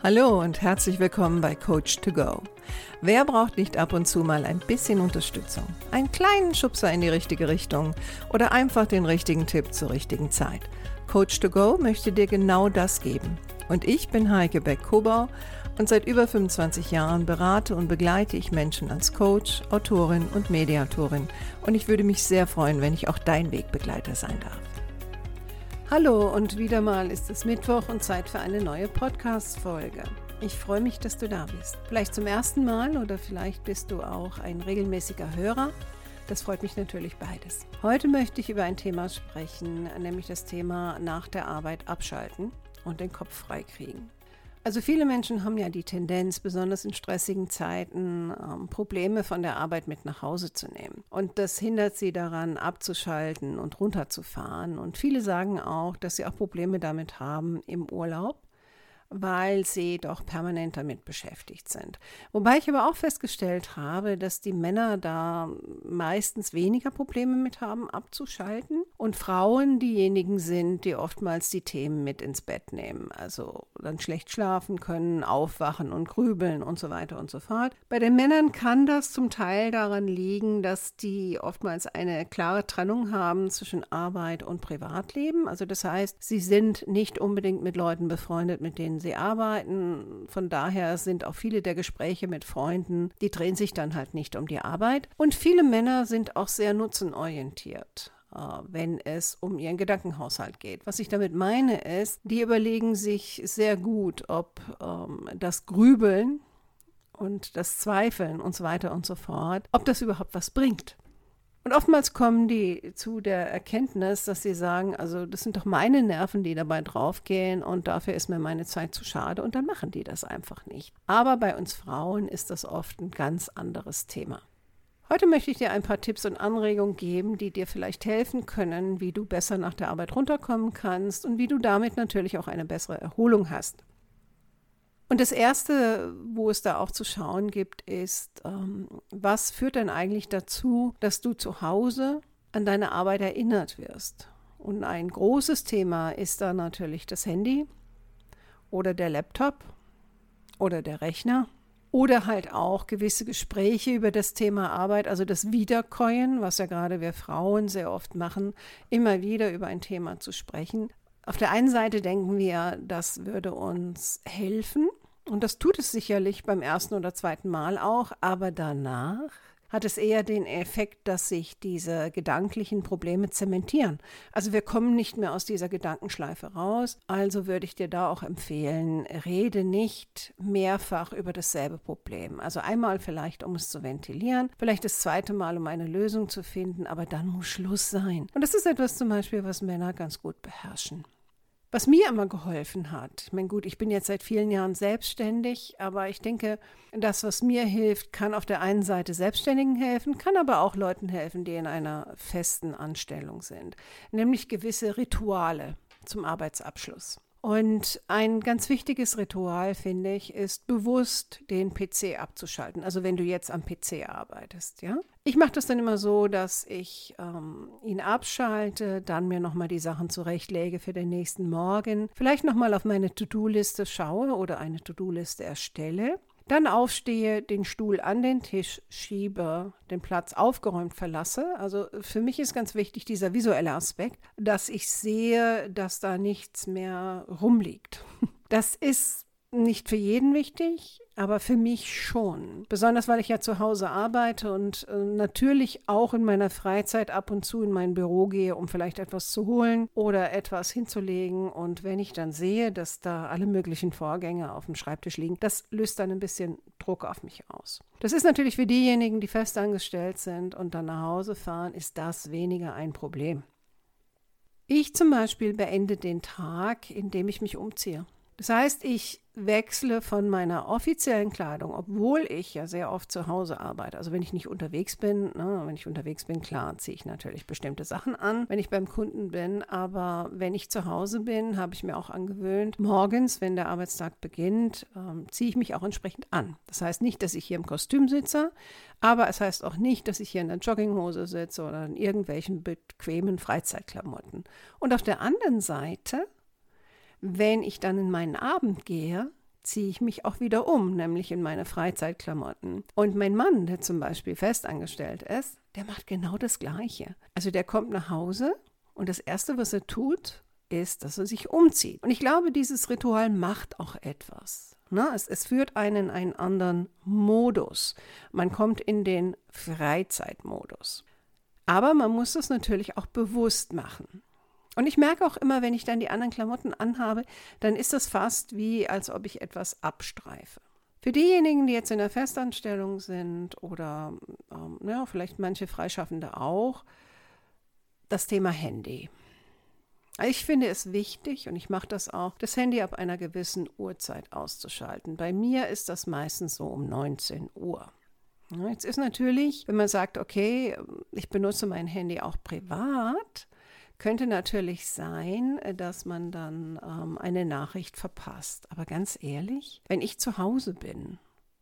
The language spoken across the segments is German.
Hallo und herzlich willkommen bei Coach2Go. Wer braucht nicht ab und zu mal ein bisschen Unterstützung, einen kleinen Schubser in die richtige Richtung oder einfach den richtigen Tipp zur richtigen Zeit? Coach2Go möchte dir genau das geben. Und ich bin Heike Beck-Kobau und seit über 25 Jahren berate und begleite ich Menschen als Coach, Autorin und Mediatorin. Und ich würde mich sehr freuen, wenn ich auch dein Wegbegleiter sein darf. Hallo und wieder mal ist es Mittwoch und Zeit für eine neue Podcast-Folge. Ich freue mich, dass du da bist. Vielleicht zum ersten Mal oder vielleicht bist du auch ein regelmäßiger Hörer. Das freut mich natürlich beides. Heute möchte ich über ein Thema sprechen, nämlich das Thema nach der Arbeit abschalten und den Kopf frei kriegen. Also viele Menschen haben ja die Tendenz, besonders in stressigen Zeiten, Probleme von der Arbeit mit nach Hause zu nehmen. Und das hindert sie daran, abzuschalten und runterzufahren. Und viele sagen auch, dass sie auch Probleme damit haben im Urlaub, weil sie doch permanent damit beschäftigt sind. Wobei ich aber auch festgestellt habe, dass die Männer da meistens weniger Probleme mit haben, abzuschalten und Frauen diejenigen sind, die oftmals die Themen mit ins Bett nehmen, also dann schlecht schlafen können, aufwachen und grübeln und so weiter und so fort. Bei den Männern kann das zum Teil daran liegen, dass die oftmals eine klare Trennung haben zwischen Arbeit und Privatleben. Also das heißt, sie sind nicht unbedingt mit Leuten befreundet, mit denen sie arbeiten. Von daher sind auch viele der Gespräche mit Freunden, die drehen sich dann halt nicht um die Arbeit. Und viele Männer sind auch sehr nutzenorientiert, wenn es um ihren Gedankenhaushalt geht. Was ich damit meine ist, die überlegen sich sehr gut, ob das Grübeln und das Zweifeln und so weiter und so fort, ob das überhaupt was bringt. Und oftmals kommen die zu der Erkenntnis, dass sie sagen, also das sind doch meine Nerven, die dabei draufgehen und dafür ist mir meine Zeit zu schade und dann machen die das einfach nicht. Aber bei uns Frauen ist das oft ein ganz anderes Thema. Heute möchte ich dir ein paar Tipps und Anregungen geben, die dir vielleicht helfen können, wie du besser nach der Arbeit runterkommen kannst und wie du damit natürlich auch eine bessere Erholung hast. Und das Erste, wo es da auch zu schauen gibt, ist, was führt denn eigentlich dazu, dass du zu Hause an deine Arbeit erinnert wirst? Und ein großes Thema ist da natürlich das Handy oder der Laptop oder der Rechner oder halt auch gewisse Gespräche über das Thema Arbeit, also das Wiederkäuen, was ja gerade wir Frauen sehr oft machen, immer wieder über ein Thema zu sprechen. Auf der einen Seite denken wir, das würde uns helfen und das tut es sicherlich beim ersten oder zweiten Mal auch, aber danach hat es eher den Effekt, dass sich diese gedanklichen Probleme zementieren. Also wir kommen nicht mehr aus dieser Gedankenschleife raus, also würde ich dir da auch empfehlen, rede nicht mehrfach über dasselbe Problem. Also einmal vielleicht, um es zu ventilieren, vielleicht das zweite Mal, um eine Lösung zu finden, aber dann muss Schluss sein. Und das ist etwas zum Beispiel, was Männer ganz gut beherrschen. Was mir immer geholfen hat, ich meine gut, ich bin jetzt seit vielen Jahren selbstständig, aber ich denke, das, was mir hilft, kann auf der einen Seite Selbstständigen helfen, kann aber auch Leuten helfen, die in einer festen Anstellung sind, nämlich gewisse Rituale zum Arbeitsabschluss. Und ein ganz wichtiges Ritual, finde ich, ist bewusst den PC abzuschalten. Also wenn du jetzt am PC arbeitest, ja. Ich mache das dann immer so, dass ich ihn abschalte, dann mir nochmal die Sachen zurechtlege für den nächsten Morgen, vielleicht nochmal auf meine To-Do-Liste schaue oder eine To-Do-Liste erstelle. Dann aufstehe, den Stuhl an den Tisch schiebe, den Platz aufgeräumt verlasse. Also für mich ist ganz wichtig dieser visuelle Aspekt, dass ich sehe, dass da nichts mehr rumliegt. Das ist nicht für jeden wichtig, aber für mich schon. Besonders, weil ich ja zu Hause arbeite und natürlich auch in meiner Freizeit ab und zu in mein Büro gehe, um vielleicht etwas zu holen oder etwas hinzulegen. Und wenn ich dann sehe, dass da alle möglichen Vorgänge auf dem Schreibtisch liegen, das löst dann ein bisschen Druck auf mich aus. Das ist natürlich für diejenigen, die festangestellt sind und dann nach Hause fahren, ist das weniger ein Problem. Ich zum Beispiel beende den Tag, indem ich mich umziehe. Das heißt, ich wechsle von meiner offiziellen Kleidung, obwohl ich ja sehr oft zu Hause arbeite. Also wenn ich nicht unterwegs bin, klar, ziehe ich natürlich bestimmte Sachen an, wenn ich beim Kunden bin. Aber wenn ich zu Hause bin, habe ich mir auch angewöhnt, morgens, wenn der Arbeitstag beginnt, ziehe ich mich auch entsprechend an. Das heißt nicht, dass ich hier im Kostüm sitze, aber es heißt auch nicht, dass ich hier in der Jogginghose sitze oder in irgendwelchen bequemen Freizeitklamotten. Und auf der anderen Seite, wenn ich dann in meinen Abend gehe, ziehe ich mich auch wieder um, nämlich in meine Freizeitklamotten. Und mein Mann, der zum Beispiel festangestellt ist, der macht genau das Gleiche. Also der kommt nach Hause und das Erste, was er tut, ist, dass er sich umzieht. Und ich glaube, dieses Ritual macht auch etwas. Es führt einen in einen anderen Modus. Man kommt in den Freizeitmodus. Aber man muss das natürlich auch bewusst machen. Und ich merke auch immer, wenn ich dann die anderen Klamotten anhabe, dann ist das fast wie, als ob ich etwas abstreife. Für diejenigen, die jetzt in der Festanstellung sind oder vielleicht manche Freischaffende auch, das Thema Handy. Ich finde es wichtig und ich mache das auch, das Handy ab einer gewissen Uhrzeit auszuschalten. Bei mir ist das meistens so um 19 Uhr. Jetzt ist natürlich, wenn man sagt, okay, ich benutze mein Handy auch privat, könnte natürlich sein, dass man dann eine Nachricht verpasst. Aber ganz ehrlich, wenn ich zu Hause bin,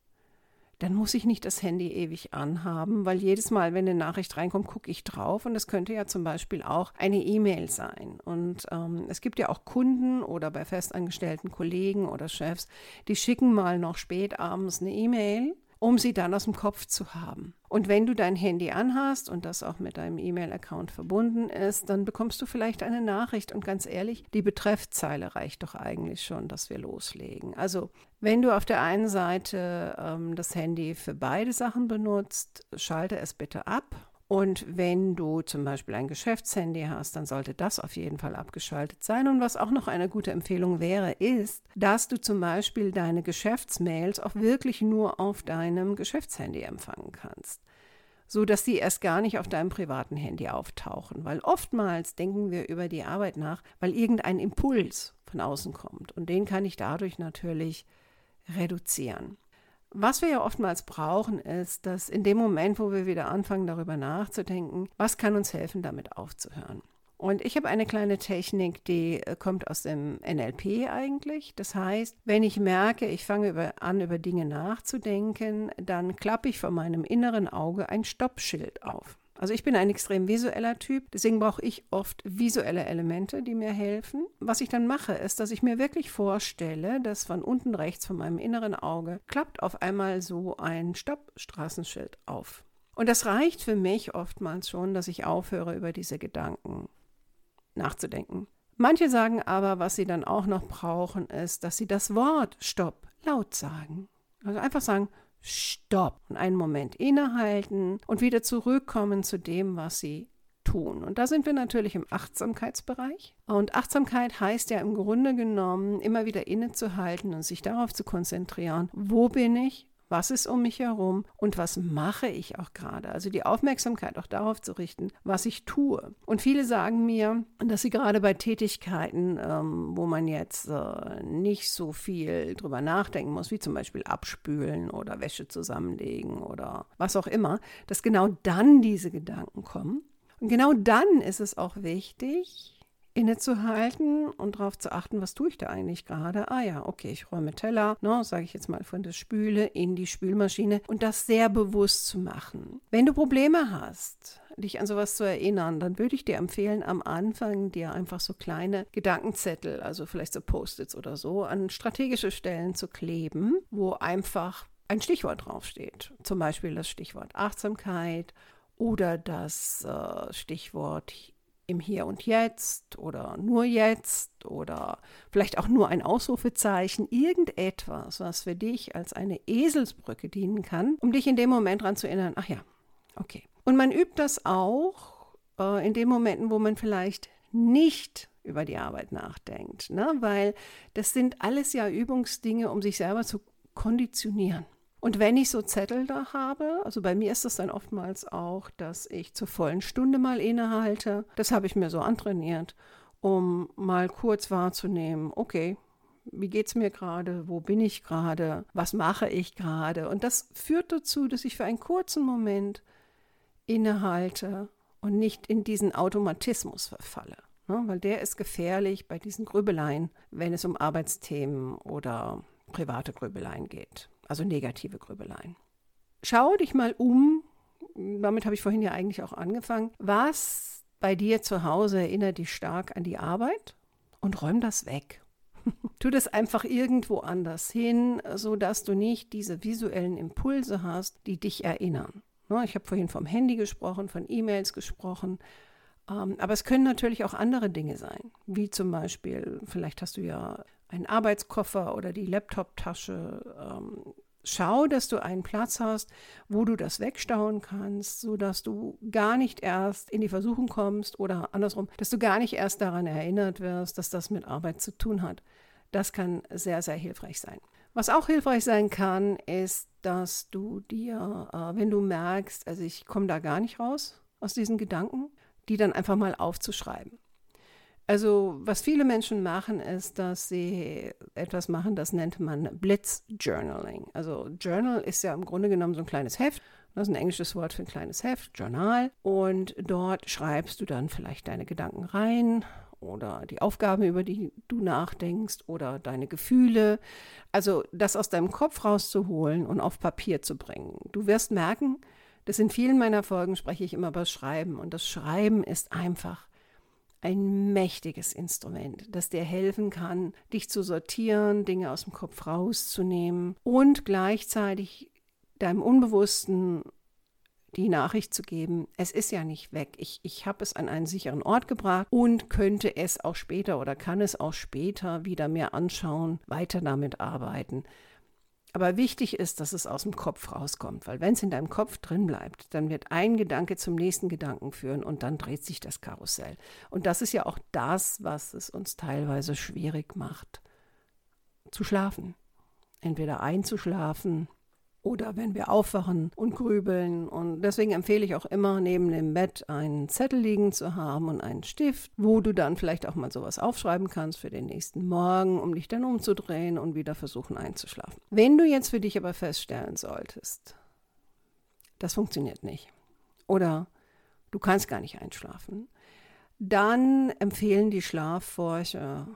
dann muss ich nicht das Handy ewig anhaben, weil jedes Mal, wenn eine Nachricht reinkommt, gucke ich drauf. Und das könnte ja zum Beispiel auch eine E-Mail sein. Und es gibt ja auch Kunden oder bei festangestellten Kollegen oder Chefs, die schicken mal noch spät abends eine E-Mail, um sie dann aus dem Kopf zu haben. Und wenn du dein Handy anhast und das auch mit deinem E-Mail-Account verbunden ist, dann bekommst du vielleicht eine Nachricht. Und ganz ehrlich, die Betreffzeile reicht doch eigentlich schon, dass wir loslegen. Also wenn du auf der einen Seite das Handy für beide Sachen benutzt, schalte es bitte ab. Und wenn du zum Beispiel ein Geschäftshandy hast, dann sollte das auf jeden Fall abgeschaltet sein. Und was auch noch eine gute Empfehlung wäre, ist, dass du zum Beispiel deine Geschäftsmails auch wirklich nur auf deinem Geschäftshandy empfangen kannst, so dass die erst gar nicht auf deinem privaten Handy auftauchen. Weil oftmals denken wir über die Arbeit nach, weil irgendein Impuls von außen kommt. Und den kann ich dadurch natürlich reduzieren. Was wir ja oftmals brauchen, ist, dass in dem Moment, wo wir wieder anfangen, darüber nachzudenken, was kann uns helfen, damit aufzuhören. Und ich habe eine kleine Technik, die kommt aus dem NLP eigentlich. Das heißt, wenn ich merke, ich fange an, über Dinge nachzudenken, dann klappe ich vor meinem inneren Auge ein Stoppschild auf. Also ich bin ein extrem visueller Typ, deswegen brauche ich oft visuelle Elemente, die mir helfen. Was ich dann mache, ist, dass ich mir wirklich vorstelle, dass von unten rechts von meinem inneren Auge klappt auf einmal so ein Stoppstraßenschild auf. Und das reicht für mich oftmals schon, dass ich aufhöre, über diese Gedanken nachzudenken. Manche sagen aber, was sie dann auch noch brauchen, ist, dass sie das Wort Stopp laut sagen. Also einfach sagen, Stopp. Und einen Moment innehalten und wieder zurückkommen zu dem, was sie tun. Und da sind wir natürlich im Achtsamkeitsbereich. Und Achtsamkeit heißt ja im Grunde genommen, immer wieder innezuhalten und sich darauf zu konzentrieren, wo bin ich, was ist um mich herum und was mache ich auch gerade. Also die Aufmerksamkeit auch darauf zu richten, was ich tue. Und viele sagen mir, dass sie gerade bei Tätigkeiten, wo man jetzt nicht so viel drüber nachdenken muss, wie zum Beispiel abspülen oder Wäsche zusammenlegen oder was auch immer, dass genau dann diese Gedanken kommen. Und genau dann ist es auch wichtig, innezuhalten und darauf zu achten, was tue ich da eigentlich gerade? Ah ja, okay, ich räume Teller, sage ich jetzt mal von der Spüle in die Spülmaschine und das sehr bewusst zu machen. Wenn du Probleme hast, dich an sowas zu erinnern, dann würde ich dir empfehlen, am Anfang dir einfach so kleine Gedankenzettel, also vielleicht so Post-its oder so, an strategische Stellen zu kleben, wo einfach ein Stichwort draufsteht. Zum Beispiel das Stichwort Achtsamkeit oder das Stichwort im Hier und Jetzt oder nur jetzt oder vielleicht auch nur ein Ausrufezeichen, irgendetwas, was für dich als eine Eselsbrücke dienen kann, um dich in dem Moment daran zu erinnern, ach ja, okay. Und man übt das auch in den Momenten, wo man vielleicht nicht über die Arbeit nachdenkt, ne? Weil das sind alles ja Übungsdinge, um sich selber zu konditionieren. Und wenn ich so Zettel da habe, also bei mir ist das dann oftmals auch, dass ich zur vollen Stunde mal innehalte. Das habe ich mir so antrainiert, um mal kurz wahrzunehmen, okay, wie geht's mir gerade, wo bin ich gerade, was mache ich gerade? Und das führt dazu, dass ich für einen kurzen Moment innehalte und nicht in diesen Automatismus verfalle. Ne? Weil der ist gefährlich bei diesen Grübeleien, wenn es um Arbeitsthemen oder private Grübeleien geht. Also negative Grübeleien. Schau dich mal um, damit habe ich vorhin ja eigentlich auch angefangen, was bei dir zu Hause erinnert dich stark an die Arbeit und räum das weg. Tu das einfach irgendwo anders hin, sodass du nicht diese visuellen Impulse hast, die dich erinnern. Ich habe vorhin vom Handy gesprochen, von E-Mails gesprochen, aber es können natürlich auch andere Dinge sein, wie zum Beispiel, vielleicht hast du ja einen Arbeitskoffer oder die Laptoptasche. Schau, dass du einen Platz hast, wo du das wegstauen kannst, sodass du gar nicht erst in die Versuchung kommst oder andersrum, dass du gar nicht erst daran erinnert wirst, dass das mit Arbeit zu tun hat. Das kann sehr, sehr hilfreich sein. Was auch hilfreich sein kann, ist, dass du dir, wenn du merkst, also ich komme da gar nicht raus aus diesen Gedanken, die dann einfach mal aufzuschreiben. Also was viele Menschen machen, ist, dass sie etwas machen, das nennt man Blitzjournaling. Also Journal ist ja im Grunde genommen so ein kleines Heft. Das ist ein englisches Wort für ein kleines Heft, Journal. Und dort schreibst du dann vielleicht deine Gedanken rein oder die Aufgaben, über die du nachdenkst oder deine Gefühle. Also das aus deinem Kopf rauszuholen und auf Papier zu bringen. Du wirst merken, dass in vielen meiner Folgen spreche ich immer über das Schreiben. Und das Schreiben ist einfach ein mächtiges Instrument, das dir helfen kann, dich zu sortieren, Dinge aus dem Kopf rauszunehmen und gleichzeitig deinem Unbewussten die Nachricht zu geben, es ist ja nicht weg. Ich habe es an einen sicheren Ort gebracht und könnte es auch später oder kann es auch später wieder mehr anschauen, weiter damit arbeiten. Aber wichtig ist, dass es aus dem Kopf rauskommt, weil wenn es in deinem Kopf drin bleibt, dann wird ein Gedanke zum nächsten Gedanken führen und dann dreht sich das Karussell. Und das ist ja auch das, was es uns teilweise schwierig macht, zu schlafen. Entweder einzuschlafen oder wenn wir aufwachen und grübeln. Und deswegen empfehle ich auch immer, neben dem Bett einen Zettel liegen zu haben und einen Stift, wo du dann vielleicht auch mal sowas aufschreiben kannst für den nächsten Morgen, um dich dann umzudrehen und wieder versuchen einzuschlafen. Wenn du jetzt für dich aber feststellen solltest, das funktioniert nicht oder du kannst gar nicht einschlafen, dann empfehlen die Schlafforscher,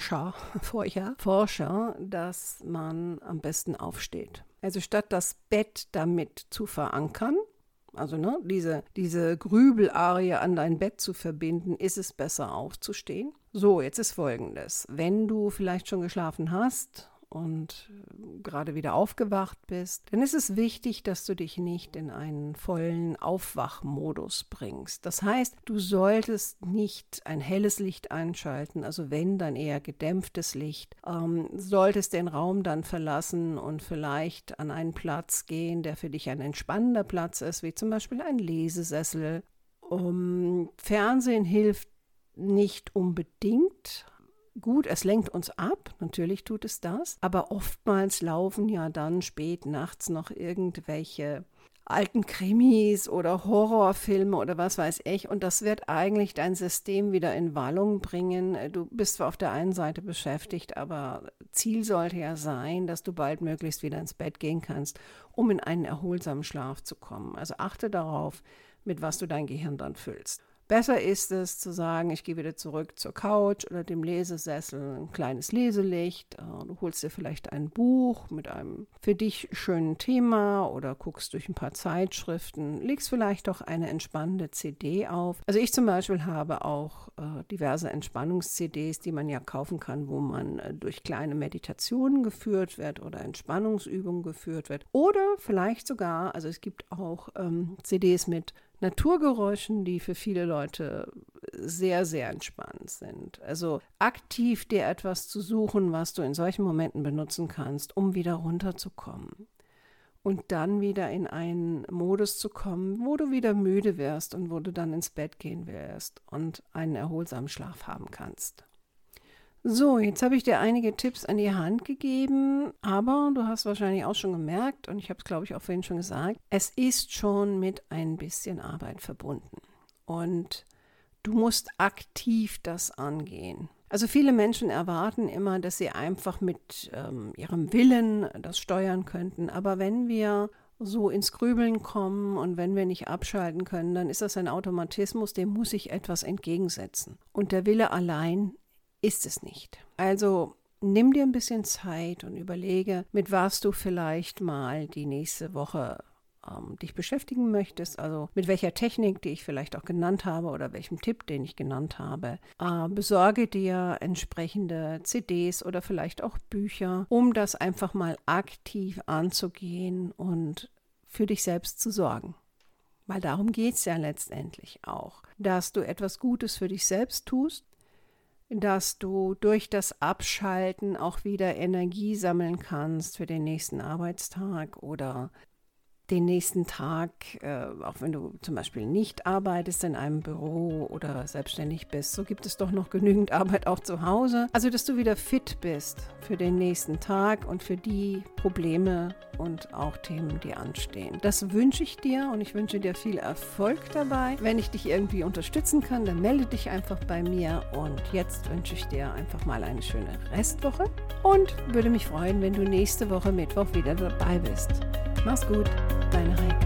dass man am besten aufsteht. Also statt das Bett damit zu verankern, also diese Grübelarie an dein Bett zu verbinden, ist es besser aufzustehen. So, jetzt ist Folgendes. Wenn du vielleicht schon geschlafen hast und gerade wieder aufgewacht bist, dann ist es wichtig, dass du dich nicht in einen vollen Aufwachmodus bringst. Das heißt, du solltest nicht ein helles Licht einschalten, also wenn, dann eher gedämpftes Licht, solltest den Raum dann verlassen und vielleicht an einen Platz gehen, der für dich ein entspannender Platz ist, wie zum Beispiel ein Lesesessel. Fernsehen hilft nicht unbedingt. Gut, es lenkt uns ab, natürlich tut es das, aber oftmals laufen ja dann spät nachts noch irgendwelche alten Krimis oder Horrorfilme oder was weiß ich und das wird eigentlich dein System wieder in Wallung bringen. Du bist zwar auf der einen Seite beschäftigt, aber Ziel sollte ja sein, dass du baldmöglichst wieder ins Bett gehen kannst, um in einen erholsamen Schlaf zu kommen. Also achte darauf, mit was du dein Gehirn dann füllst. Besser ist es zu sagen, ich gehe wieder zurück zur Couch oder dem Lesesessel, ein kleines Leselicht. Du holst dir vielleicht ein Buch mit einem für dich schönen Thema oder guckst durch ein paar Zeitschriften, legst vielleicht auch eine entspannende CD auf. Also ich zum Beispiel habe auch diverse Entspannungs-CDs, die man ja kaufen kann, wo man durch kleine Meditationen geführt wird oder Entspannungsübungen geführt wird. Oder vielleicht sogar, also es gibt auch CDs mit Naturgeräuschen, die für viele Leute sehr, sehr entspannt sind. Also aktiv dir etwas zu suchen, was du in solchen Momenten benutzen kannst, um wieder runterzukommen. Und dann wieder in einen Modus zu kommen, wo du wieder müde wirst und wo du dann ins Bett gehen wirst und einen erholsamen Schlaf haben kannst. So, jetzt habe ich dir einige Tipps an die Hand gegeben, aber du hast wahrscheinlich auch schon gemerkt, und ich habe es, glaube ich, auch vorhin schon gesagt, es ist schon mit ein bisschen Arbeit verbunden und du musst aktiv das angehen. Also viele Menschen erwarten immer, dass sie einfach mit ihrem Willen das steuern könnten, aber wenn wir so ins Grübeln kommen und wenn wir nicht abschalten können, dann ist das ein Automatismus, dem muss ich etwas entgegensetzen. Und der Wille allein ist es nicht. Also nimm dir ein bisschen Zeit und überlege, mit was du vielleicht mal die nächste Woche dich beschäftigen möchtest, also mit welcher Technik, die ich vielleicht auch genannt habe oder welchem Tipp, den ich genannt habe, besorge dir entsprechende CDs oder vielleicht auch Bücher, um das einfach mal aktiv anzugehen und für dich selbst zu sorgen. Weil darum geht es ja letztendlich auch, dass du etwas Gutes für dich selbst tust, dass du durch das Abschalten auch wieder Energie sammeln kannst für den nächsten Arbeitstag oder den nächsten Tag, auch wenn du zum Beispiel nicht arbeitest in einem Büro oder selbstständig bist, so gibt es doch noch genügend Arbeit auch zu Hause. Also, dass du wieder fit bist für den nächsten Tag und für die Probleme und auch Themen, die anstehen. Das wünsche ich dir und ich wünsche dir viel Erfolg dabei. Wenn ich dich irgendwie unterstützen kann, dann melde dich einfach bei mir und jetzt wünsche ich dir einfach mal eine schöne Restwoche und würde mich freuen, wenn du nächste Woche Mittwoch wieder dabei bist. Mach's gut, deine Heike.